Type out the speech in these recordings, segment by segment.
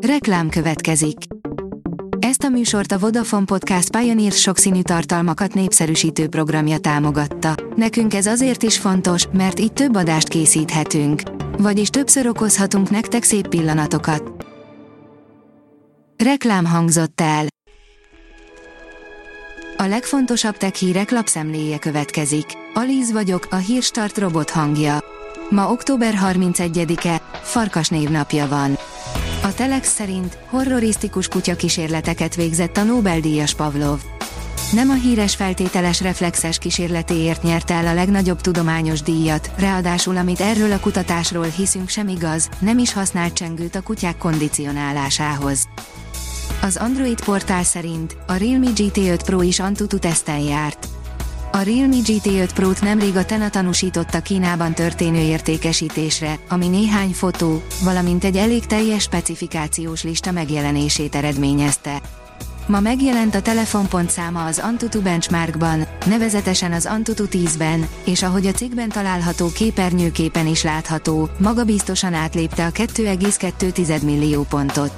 Reklám következik. Ezt a műsort a Vodafone Podcast Pioneer sokszínű tartalmakat népszerűsítő programja támogatta. Nekünk ez azért is fontos, mert így több adást készíthetünk. Vagyis többször okozhatunk nektek szép pillanatokat. Reklám hangzott el. A legfontosabb tech hírek lapszemléje következik. Alíz vagyok, a Hírstart robot hangja. Ma október 31-e, Farkas névnapja van. A Telex szerint horrorisztikus kutyakísérleteket végzett a Nobel-díjas Pavlov. Nem a híres feltételes reflexes kísérletéért nyerte el a legnagyobb tudományos díjat, ráadásul amit erről a kutatásról hiszünk sem igaz, nem is használt csengőt a kutyák kondicionálásához. Az Android portál szerint a Realme GT5 Pro is Antutu teszten járt. A Realme GT5 Pro-t nemrég a Tena tanúsította Kínában történő értékesítésre, ami néhány fotó, valamint egy elég teljes specifikációs lista megjelenését eredményezte. Ma megjelent a telefonpontszáma az Antutu Benchmarkban, nevezetesen az Antutu 10-ben, és ahogy a cikkben található képernyőképen is látható, magabiztosan átlépte a 2,2 millió pontot.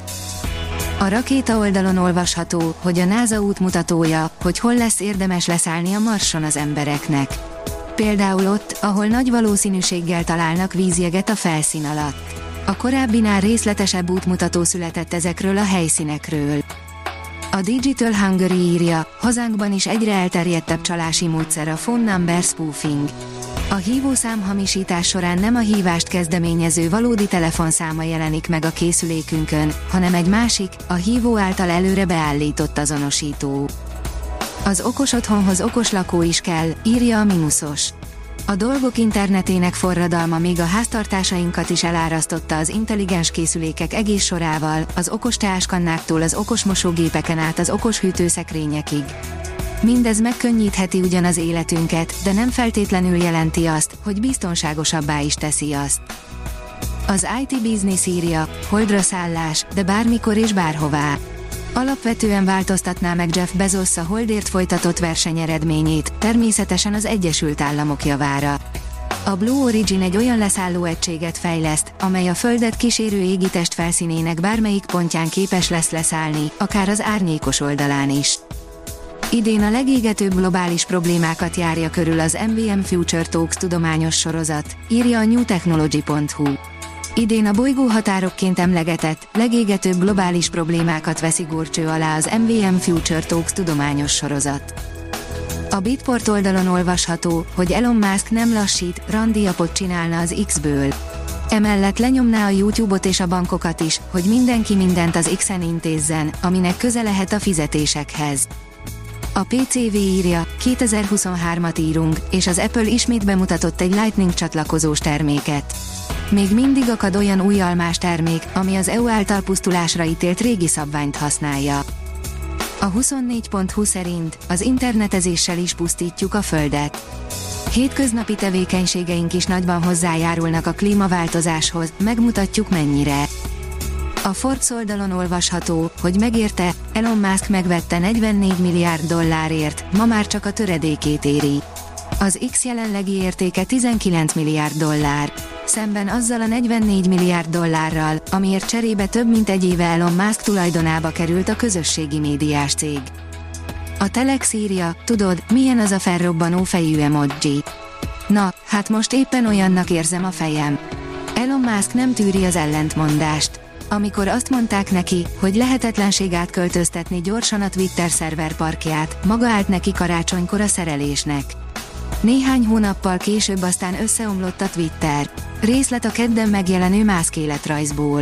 A rakéta oldalon olvasható, hogy a NASA útmutatója, hogy hol lesz érdemes leszállni a Marson az embereknek. Például ott, ahol nagy valószínűséggel találnak vízjeget a felszín alatt. A korábbinál részletesebb útmutató született ezekről a helyszínekről. A Digital Hungary írja, hazánkban is egyre elterjedtebb csalási módszer a phone number spoofing. A hívószám hamisítás során nem a hívást kezdeményező valódi telefonszáma jelenik meg a készülékünkön, hanem egy másik, a hívó által előre beállított azonosító. Az okos otthonhoz okos lakó is kell, írja a Minusos. A dolgok internetének forradalma még a háztartásainkat is elárasztotta az intelligens készülékek egész sorával, az okos teáskannáktól az okos mosógépeken át az okos hűtőszekrényekig. Mindez megkönnyítheti ugyan az életünket, de nem feltétlenül jelenti azt, hogy biztonságosabbá is teszi azt. Az IT Business írja, holdra szállás, de bármikor és bárhová. Alapvetően változtatná meg Jeff Bezos a holdért folytatott verseny eredményét, természetesen az Egyesült Államok javára. A Blue Origin egy olyan leszállóegységet fejleszt, amely a Földet kísérő égitest felszínének bármelyik pontján képes lesz leszállni, akár az árnyékos oldalán is. Idén a legégetőbb globális problémákat járja körül az MVM Future Talks tudományos sorozat, írja a newtechnology.hu. Idén a bolygóhatárokként emlegetett, legégetőbb globális problémákat veszi górcső alá az MVM Future Talks tudományos sorozat. A Bitport oldalon olvasható, hogy Elon Musk nem lassít, randiapot csinálna az X-ből. Emellett lenyomná a YouTube-ot és a bankokat is, hogy mindenki mindent az X-en intézzen, aminek köze lehet a fizetésekhez. A PCV írja, 2023-at írunk, és az Apple ismét bemutatott egy Lightning csatlakozós terméket. Még mindig akad olyan új almás termék, ami az EU által pusztulásra ítélt régi szabványt használja. A 24.hu szerint az internetezéssel is pusztítjuk a Földet. Hétköznapi tevékenységeink is nagyban hozzájárulnak a klímaváltozáshoz, megmutatjuk mennyire. A Forbes oldalon olvasható, hogy megérte, Elon Musk megvette 44 milliárd dollárért, ma már csak a töredékét éri. Az X jelenlegi értéke 19 milliárd dollár, szemben azzal a 44 milliárd dollárral, amiért cserébe több mint egy éve Elon Musk tulajdonába került a közösségi médiás cég. A Telex írja, tudod, milyen az a felrobbanó fejű emoji? Na, hát most éppen olyannak érzem a fejem. Elon Musk nem tűri az ellentmondást. Amikor azt mondták neki, hogy lehetetlenség átköltöztetni gyorsan a Twitter szerverparkját, maga állt neki karácsonykor a szerelésnek. Néhány hónappal később aztán összeomlott a Twitter. Részlet a kedden megjelenő Musk életrajzból.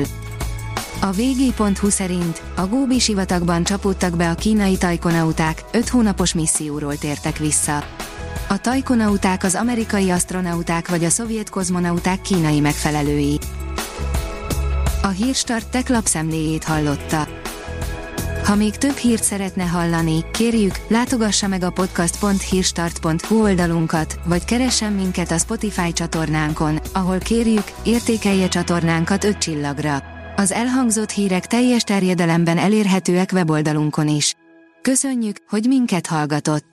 A vg.hu szerint a Gobi sivatagban csapódtak be a kínai tajkonauták, 5 hónapos misszióról tértek vissza. A tajkonauták az amerikai asztronauták vagy a szovjet kozmonauták kínai megfelelői. A Hírstart tech lapszemléjét hallotta. Ha még több hírt szeretne hallani, kérjük, látogassa meg a podcast.hírstart.hu oldalunkat, vagy keressen minket a Spotify csatornánkon, ahol kérjük, értékelje csatornánkat 5 csillagra. Az elhangzott hírek teljes terjedelemben elérhetőek weboldalunkon is. Köszönjük, hogy minket hallgatott!